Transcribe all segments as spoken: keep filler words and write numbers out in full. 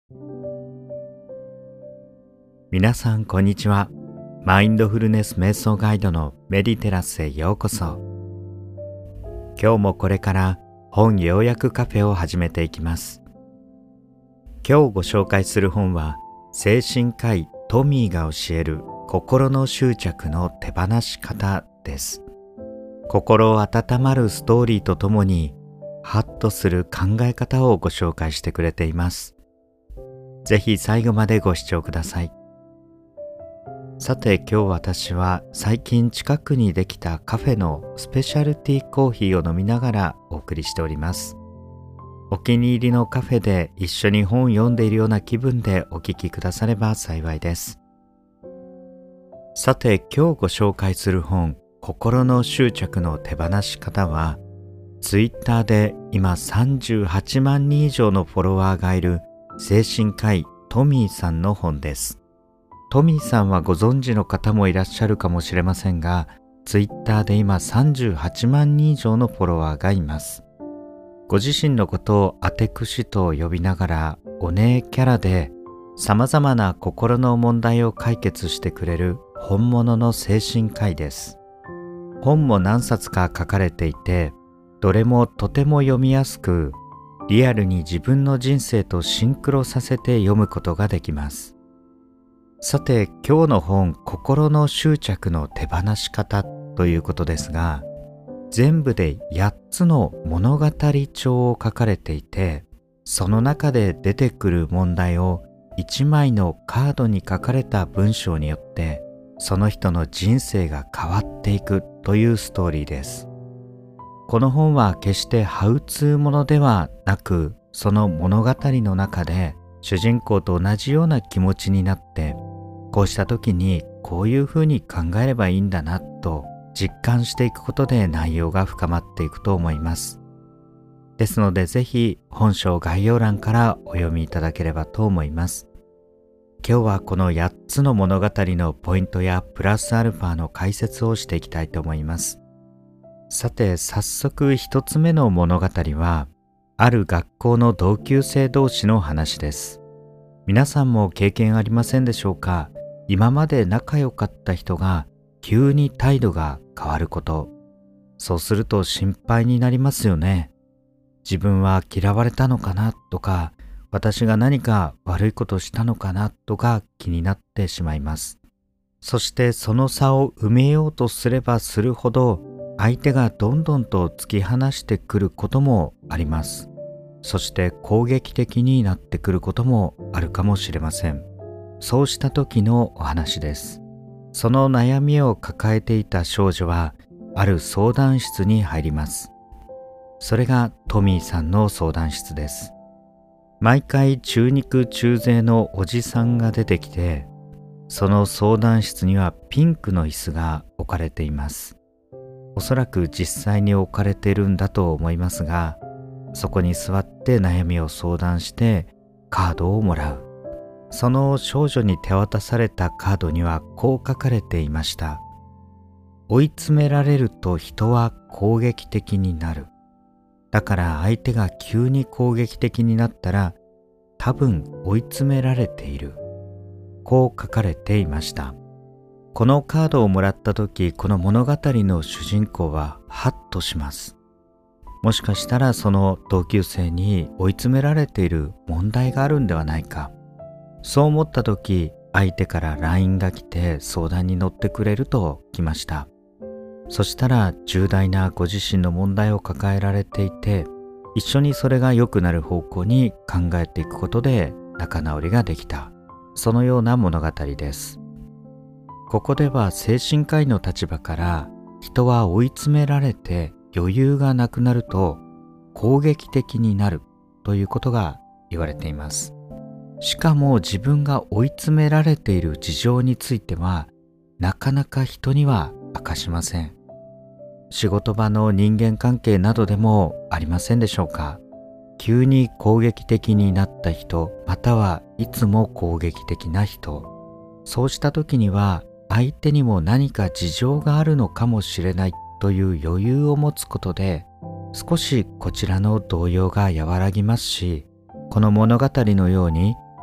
皆さんこんにちは。マインドフルネス瞑想ガイドのメディテラスへようこそ。今日もこれから本要約カフェを始めていきます。今日ご紹介する本は精神科医トミーが教える心の執着の手放し方です。心温まるストーリーとともにハッとする考え方をご紹介してくれています。ぜひ最後までご視聴ください。さて今日私は最近近くにできたカフェのスペシャルティーコーヒーを飲みながらお送りしております。お気に入りのカフェで一緒に本を読んでいるような気分でお聞きくだされば幸いです。さて今日ご紹介する本、心の執着の手放し方は、ツイッターで今さんじゅうはちまんにん以上のフォロワーがいる精神科医トミーさんの本です。トミーさんはご存知の方もいらっしゃるかもしれませんが、ツイッターで今さんじゅうはちまんにん以上のフォロワーがいます。ご自身のことをアテクシと呼びながら、お姉キャラで様々な心の問題を解決してくれる本物の精神科医です。本も何冊か書かれていて、どれもとても読みやすく、リアルに自分の人生とシンクロさせて読むことができます。さて今日の本、心の執着の手放し方ということですが、全部でやっつの物語帳を書かれていて、その中で出てくる問題をいちまいのカードに書かれた文章によってその人の人生が変わっていくというストーリーです。この本は決してハウツーものではなく、その物語の中で主人公と同じような気持ちになって、こうした時にこういうふうに考えればいいんだなと実感していくことで内容が深まっていくと思います。ですのでぜひ本書概要欄からお読みいただければと思います。今日はこのやっつの物語のポイントやプラスアルファの解説をしていきたいと思います。さて早速一つ目の物語は、ある学校の同級生同士の話です。皆さんも経験ありませんでしょうか？今まで仲良かった人が急に態度が変わること。そうすると心配になりますよね。自分は嫌われたのかなとか、私が何か悪いことしたのかなとか気になってしまいます。そしてその差を埋めようとすればするほど、相手がどんどんと突き放してくることもあります。そして攻撃的になってくることもあるかもしれません。そうした時のお話です。その悩みを抱えていた少女は、ある相談室に入ります。それがトミーさんの相談室です。毎回中肉中背のおじさんが出てきて、その相談室にはピンクの椅子が置かれています。おそらく実際に置かれているんだと思いますが、そこに座って悩みを相談してカードをもらう。その少女に手渡されたカードにはこう書かれていました。追い詰められると人は攻撃的になる。だから相手が急に攻撃的になったら、多分追い詰められている。こう書かれていました。このカードをもらった時、この物語の主人公はハッとします。もしかしたらその同級生に追い詰められている問題があるんではないか。そう思った時、相手から ライン が来て相談に乗ってくれると来ました。そしたら重大なご自身の問題を抱えられていて、一緒にそれが良くなる方向に考えていくことで仲直りができた。そのような物語です。ここでは精神科医の立場から、人は追い詰められて余裕がなくなると攻撃的になるということが言われています。しかも自分が追い詰められている事情についてはなかなか人には明かしません。仕事場の人間関係などでもありませんでしょうか？急に攻撃的になった人、またはいつも攻撃的な人。そうした時には相手にも何か事情があるのかもしれないという余裕を持つことで、少しこちらの動揺が和らぎますし、この物語のように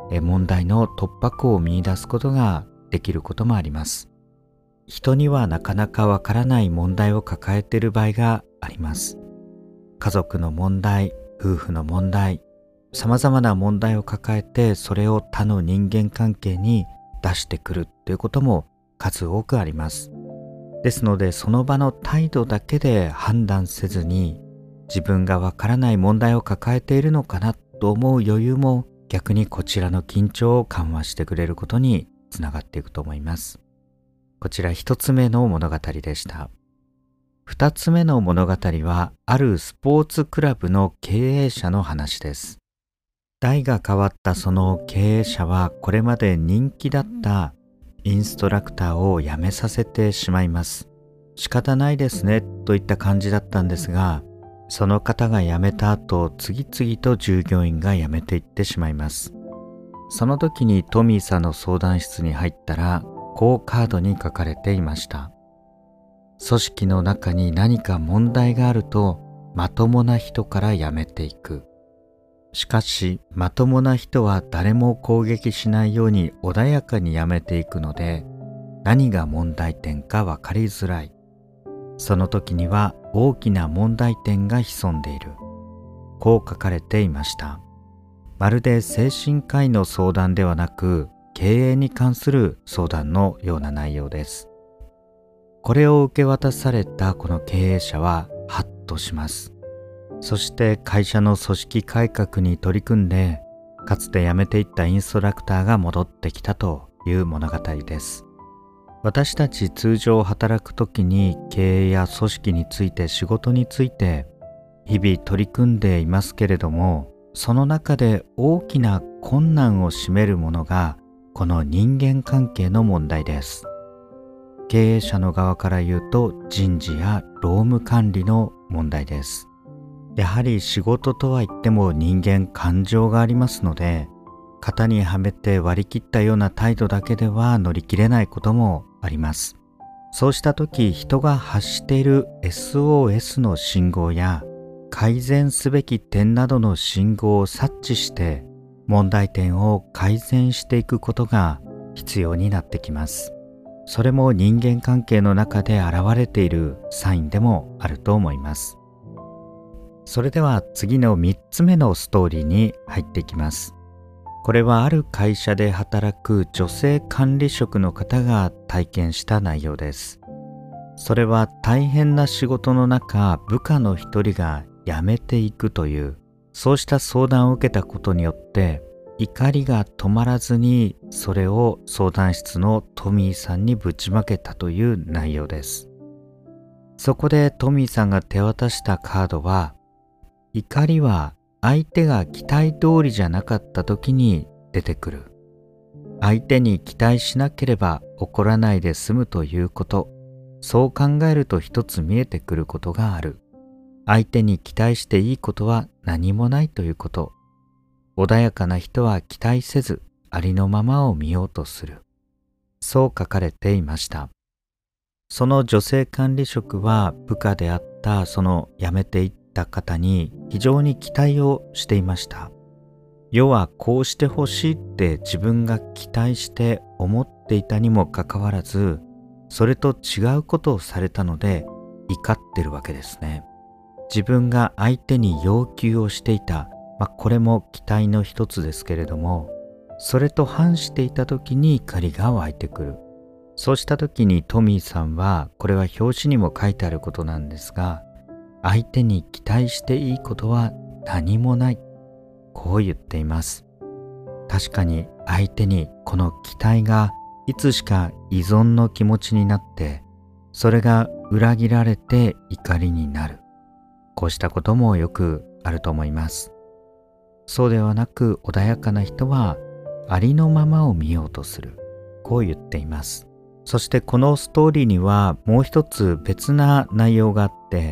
問題の突破口を見出すことができることもあります。人にはなかなかわからない問題を抱えている場合があります。家族の問題、夫婦の問題、様々な問題を抱えてそれを他の人間関係に出してくるということも数多くあります。ですのでその場の態度だけで判断せずに自分がわからない問題を抱えているのかなと思う余裕も逆にこちらの緊張を緩和してくれることにつながっていくと思います。こちら一つ目の物語でした。二つ目の物語はあるスポーツクラブの経営者の話です。代が変わったその経営者はこれまで人気だったインストラクターを辞めさせてしまいます。仕方ないですねといった感じだったんですが、その方が辞めた後、次々と従業員が辞めていってしまいます。その時にトミーさんの相談室に入ったら、こうカードに書かれていました。組織の中に何か問題があると、まともな人から辞めていく。しかし、まともな人は誰も攻撃しないように穏やかに辞めていくので、何が問題点か分かりづらい。その時には大きな問題点が潜んでいる。こう書かれていました。まるで精神科医の相談ではなく、経営に関する相談のような内容です。これを受け渡されたこの経営者はハッとします。そして会社の組織改革に取り組んで、かつて辞めていったインストラクターが戻ってきたという物語です。私たち通常働くときに経営や組織について仕事について日々取り組んでいますけれども、その中で大きな困難を占めるものがこの人間関係の問題です。経営者の側から言うと人事や労務管理の問題です。やはり仕事とは言っても人間感情がありますので、型にはめて割り切ったような態度だけでは乗り切れないこともあります。そうした時、人が発している エスオーエス の信号や改善すべき点などの信号を察知して問題点を改善していくことが必要になってきます。それも人間関係の中で現れているサインでもあると思います。それでは次のみっつめのストーリーに入っていきます。これはある会社で働く女性管理職の方が体験した内容です。それは大変な仕事の中、部下の一人が辞めていくという、そうした相談を受けたことによって怒りが止まらずに、それを相談室のトミーさんにぶちまけたという内容です。そこでトミーさんが手渡したカードは、怒りは相手が期待通りじゃなかった時に出てくる。相手に期待しなければ怒らないで済むということ。そう考えると一つ見えてくることがある。相手に期待していいことは何もないということ。穏やかな人は期待せずありのままを見ようとする。そう書かれていました。その女性管理職は部下であったその辞めていった方に非常に期待をしていました。要はこうしてほしいって自分が期待して思っていたにもかかわらず、それと違うことをされたので怒ってるわけですね。自分が相手に要求をしていた、まあ、これも期待の一つですけれども、それと反していた時に怒りが湧いてくる。そうした時にトミーさんは、これは表紙にも書いてあることなんですが、相手に期待していいことは何もない。こう言っています。確かに相手にこの期待がいつしか依存の気持ちになって、それが裏切られて怒りになる。こうしたこともよくあると思います。そうではなく、穏やかな人はありのままを見ようとする。こう言っています。そしてこのストーリーにはもう一つ別な内容があって、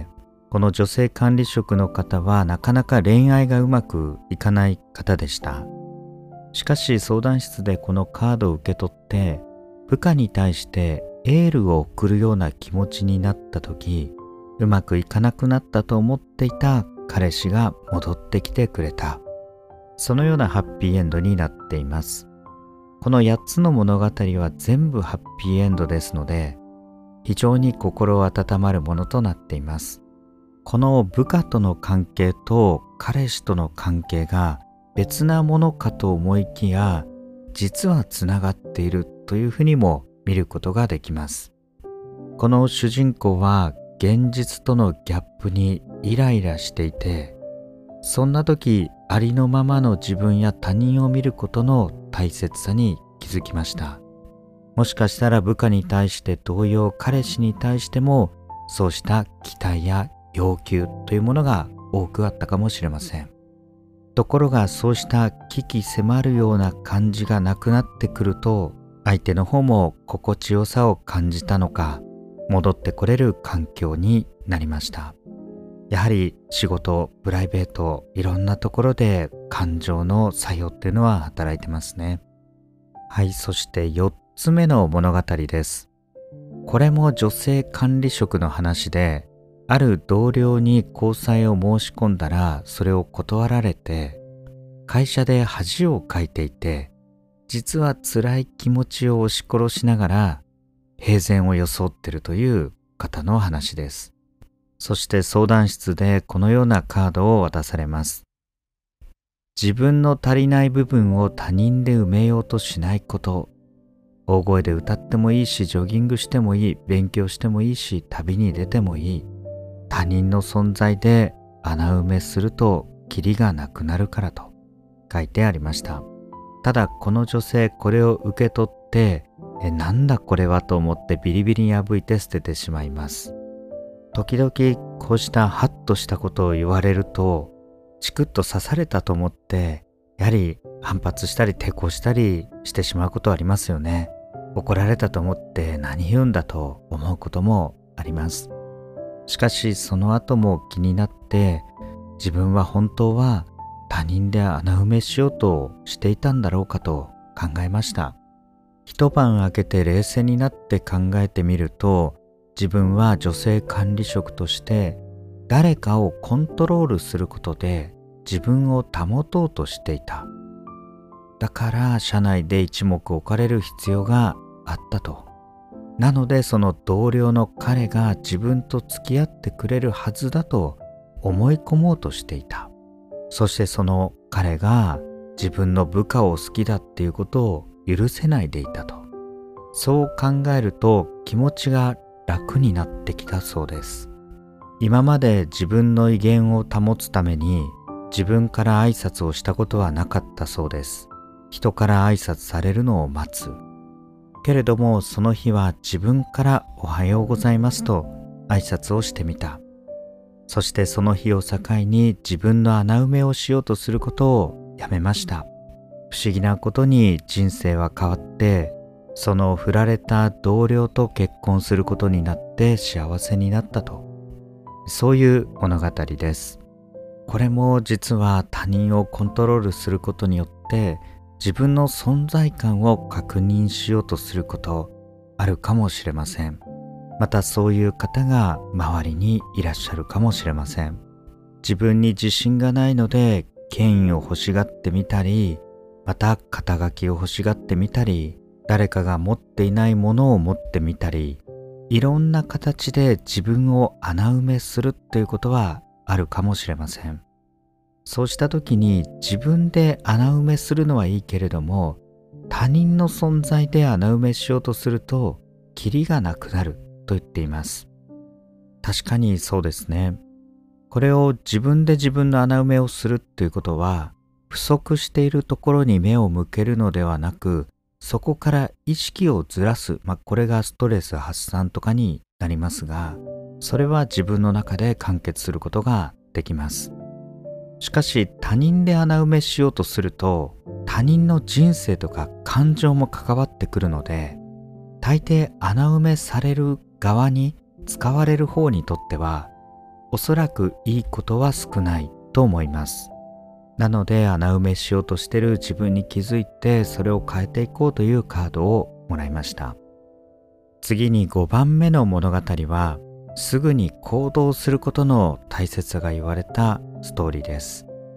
この女性管理職の方はなかなか恋愛がうまくいかない方でした。しかし相談室でこのカードを受け取って、部下に対してエールを送るような気持ちになった時、うまくいかなくなったと思っていた彼氏が戻ってきてくれた。 そのようなハッピーエンドになっています。このやっつの物語は全部ハッピーエンドですので、非常に心温まるものとなっています。この部下との関係と彼氏との関係が別なものかと思いきや、実はつながっているというふうにも見ることができます。この主人公は現実とのギャップにイライラしていて、そんな時ありのままの自分や他人を見ることの大切さに気づきました。もしかしたら部下に対して同様、彼氏に対してもそうした期待や要求というものが多くあったかもしれません。ところがそうした危機迫るような感じがなくなってくると、相手の方も心地よさを感じたのか、戻ってこれる環境になりました。やはり仕事、プライベート、いろんなところで感情の作用っていうのは働いてますね。はい、そしてよっつめの物語です。これも女性管理職の話で、ある同僚に交際を申し込んだらそれを断られて、会社で恥をかいていて、実は辛い気持ちを押し殺しながら平然を装っているという方の話です。そして相談室でこのようなカードを渡されます。自分の足りない部分を他人で埋めようとしないこと。大声で歌ってもいいし、ジョギングしてもいい、勉強してもいいし、旅に出てもいい。他人の存在で穴埋めするとキリがなくなるからと書いてありました。ただこの女性、これを受け取って、え、なんだこれはと思ってビリビリに破いて捨ててしまいます。時々こうしたハッとしたことを言われると、チクッと刺されたと思って、やはり反発したり抵抗したりしてしまうことはありますよね。怒られたと思って何言うんだと思うこともあります。しかしその後も気になって、自分は本当は他人で穴埋めしようとしていたんだろうかと考えました。一晩明けて冷静になって考えてみると、自分は女性管理職として誰かをコントロールすることで自分を保とうとしていた。だから社内で一目置かれる必要があったと。なのでその同僚の彼が自分と付き合ってくれるはずだと思い込もうとしていた。そしてその彼が自分の部下を好きだっていうことを許せないでいたと。そう考えると気持ちが楽になってきたそうです。今まで自分の威厳を保つために自分から挨拶をしたことはなかったそうです。人から挨拶されるのを待つ。けれどもその日は自分からおはようございますと挨拶をしてみた。そしてその日を境に自分の穴埋めをしようとすることをやめました。不思議なことに人生は変わって、その振られた同僚と結婚することになって幸せになったと。そういう物語です。これも実は他人をコントロールすることによって自分の存在感を確認しようとすることあるかもしれません。またそういう方が周りにいらっしゃるかもしれません。自分に自信がないので権威を欲しがってみたり、また肩書きを欲しがってみたり、誰かが持っていないものを持ってみたり、いろんな形で自分を穴埋めするっていうことはあるかもしれません。そうした時に自分で穴埋めするのはいいけれども、他人の存在で穴埋めしようとするとキリがなくなると言っています。確かにそうですね。これを自分で自分の穴埋めをするっていうことは、不足しているところに目を向けるのではなく、そこから意識をずらす、まあ、これがストレス発散とかになりますが、それは自分の中で完結することができます。しかし他人で穴埋めしようとすると、他人の人生とか感情も関わってくるので、大抵穴埋めされる側に使われる方にとっては、おそらくいいことは少ないと思います。なので穴埋めしようとしている自分に気づいて、それを変えていこうというカードをもらいました。次にごばんめの物語は、すぐに行動することの大切さが言われたストーリーです。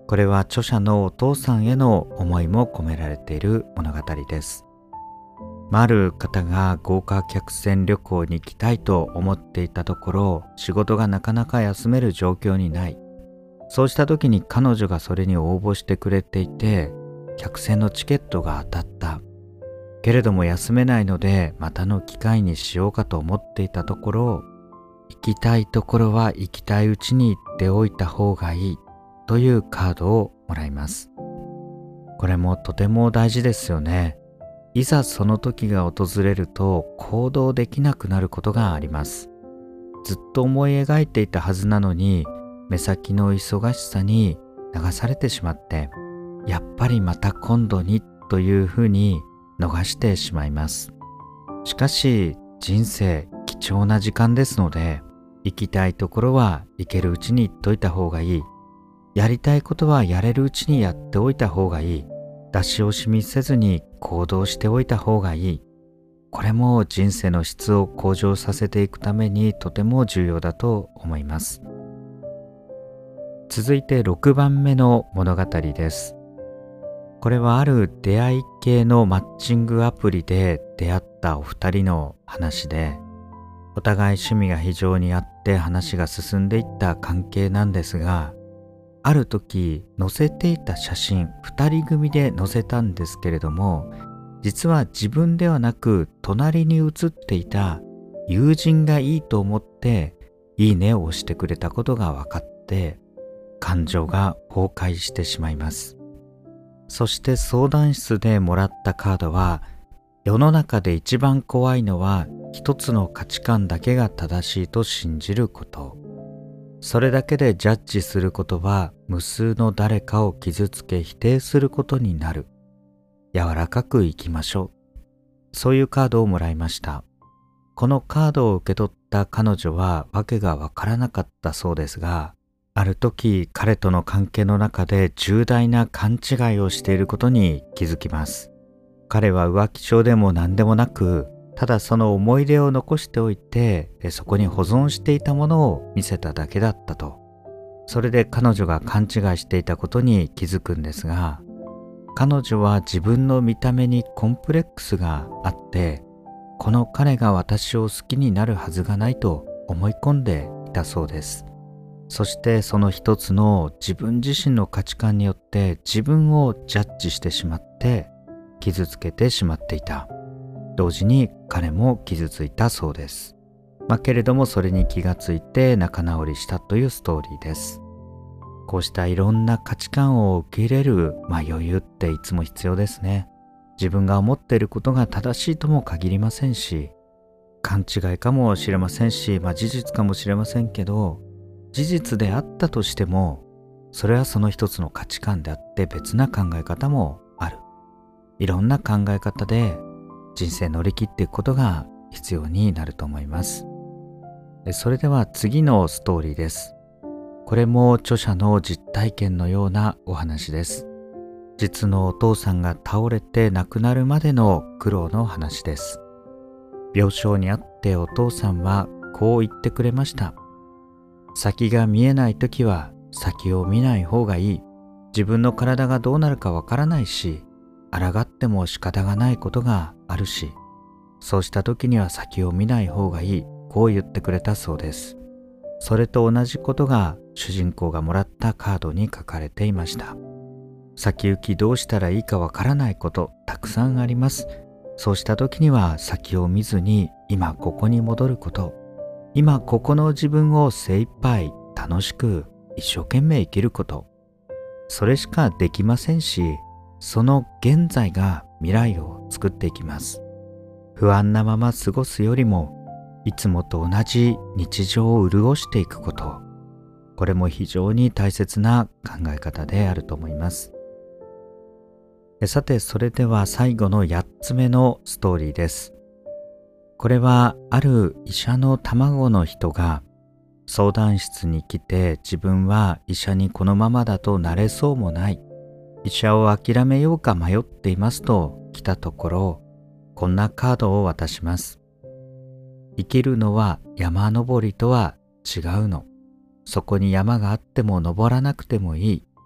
これは著者のお父さんへの思いも込められている物語です。ある方が豪華客船旅行に行きたいと思っていたところ、仕事がなかなか休める状況にない。そうした時に彼女がそれに応募してくれていて、客船のチケットが当たった。けれども休めないので、またの機会にしようかと思っていたところ、行きたいところは行きたいうちに行っておいた方がいいというカードをもらいます。これもとても大事ですよね。いざその時が訪れると行動できなくなることがあります。ずっと思い描いていたはずなのに、目先の忙しさに流されてしまって、やっぱりまた今度にというふうに逃してしまいます。しかし人生貴重な時間ですので、行きたいところは行けるうちに行っといた方がいい。やりたいことはやれるうちにやっておいた方がいい。出し惜しみせずに行動しておいた方がいい。これも人生の質を向上させていくためにとても重要だと思います。続いてろくばんめの物語です。これはある出会い系のマッチングアプリで出会ったお二人の話で、お互い趣味が非常にあって話が進んでいった関係なんですが、ある時載せていた写真二人組で載せたんですけれども、実は自分ではなく隣に写っていた友人がいいと思っていいねを押してくれたことが分かって、感情が崩壊してしまいます。そして相談室でもらったカードは、世の中で一番怖いのは一つの価値観だけが正しいと信じること。それだけでジャッジすることは無数の誰かを傷つけ否定することになる。柔らかく生きましょう。そういうカードをもらいました。このカードを受け取った彼女は訳がわからなかったそうですが、ある時彼との関係の中で重大な勘違いをしていることに気づきます。彼は浮気症でも何でもなく、ただその思い出を残しておいて、そこに保存していたものを見せただけだったと。それで彼女が勘違いしていたことに気づくんですが、彼女は自分の見た目にコンプレックスがあって、この彼が私を好きになるはずがないと思い込んでいたそうです。そしてその一つの自分自身の価値観によって自分をジャッジしてしまって傷つけてしまっていた。同時に彼も傷ついたそうです。まあけれどもそれに気がついて仲直りしたというストーリーです。こうしたいろんな価値観を受け入れる、まあ、余裕っていつも必要ですね。自分が思っていることが正しいとも限りませんし、勘違いかもしれませんし、まあ、事実かもしれませんけど、事実であったとしても、それはその一つの価値観であって別な考え方もある。いろんな考え方で人生乗り切っていくことが必要になると思います。それでは次のストーリーです。これも著者の実体験のようなお話です。実のお父さんが倒れて亡くなるまでの苦労の話です。病床にあってお父さんはこう言ってくれました。先が見えないときは先を見ない方がいい。自分の体がどうなるかわからないし、抗っても仕方がないことがあるし、そうした時には先を見ない方がいい。こう言ってくれたそうです。それと同じことが主人公がもらったカードに書かれていました。先行きどうしたらいいかわからないことたくさんあります。そうした時には先を見ずに今ここに戻ること。今ここの自分を精一杯楽しく一生懸命生きること。それしかできませんし、その現在が未来を作っていきます。不安なまま過ごすよりも、いつもと同じ日常を潤していくこと。これも非常に大切な考え方であると思います。さて、それでは最後のやっつめのストーリーです。これはある医者の卵の人が相談室に来て、自分は医者にこのままだとなれそうもない。医者を諦めようか迷っていますと来たところ、こんなカードを渡します。生きるのは山登りとは違うの。そこに山があっても登らなくてもいい。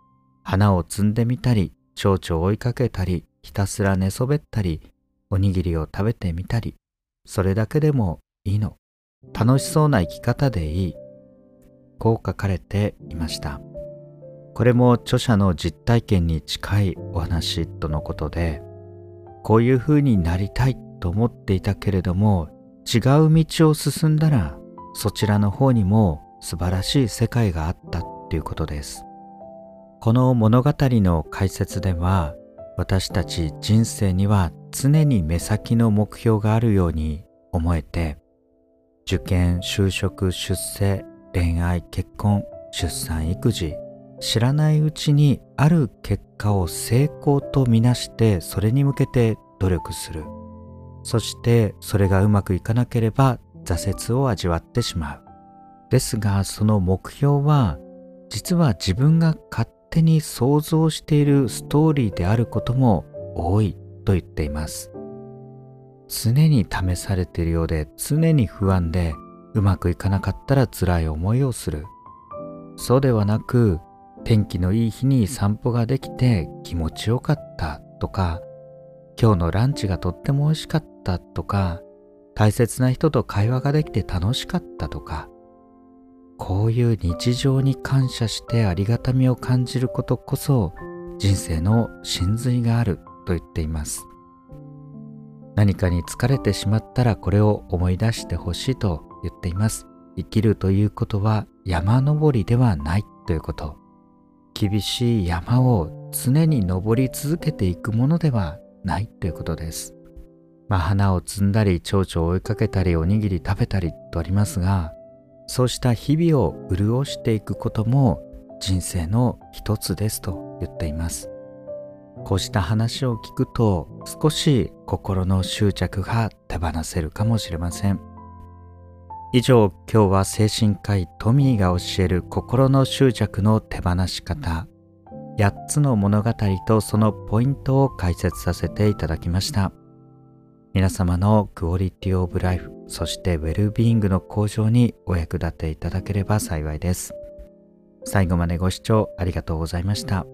花を摘んでみたり、蝶々を追いかけたり、ひたすら寝そべったり、おにぎりを食べてみたり、それだけでもいいの。楽しそうな生き方でいい。こう書かれていました。これも著者の実体験に近いお話とのことで、こういうふうになりたいと思っていたけれども、違う道を進んだら、そちらの方にも素晴らしい世界があったっていうことです。この物語の解説では、私たち人生には常に目先の目標があるように思えて、受験、就職、出世、恋愛、結婚、出産、育児、知らないうちにある結果を成功とみなしてそれに向けて努力する。そしてそれがうまくいかなければ挫折を味わってしまう。ですがその目標は実は自分が勝手に想像しているストーリーであることも多いと言っています。常に試されているようで常に不安でうまくいかなかったら辛い思いをする。そうではなく天気のいい日に散歩ができて気持ちよかったとか、今日のランチがとっても美味しかったとか、大切な人と会話ができて楽しかったとか、こういう日常に感謝してありがたみを感じることこそ人生の真髄があると言っています。何かに疲れてしまったらこれを思い出してほしいと言っています。生きるということは山登りではないということ。厳しい山を常に登り続けていくものではないということです。まあ花を摘んだり蝶々を追いかけたりおにぎり食べたりとありますが、そうした日々を潤していくことも人生の一つですと言っています。こうした話を聞くと少し心の執着が手放せるかもしれません。以上、今日は精神科医トミーが教える心の執着の手放し方やっつの物語とそのポイントを解説させていただきました。皆様のクオリティオブライフ、そしてウェルビーイングの向上にお役立ていただければ幸いです。最後までご視聴ありがとうございました。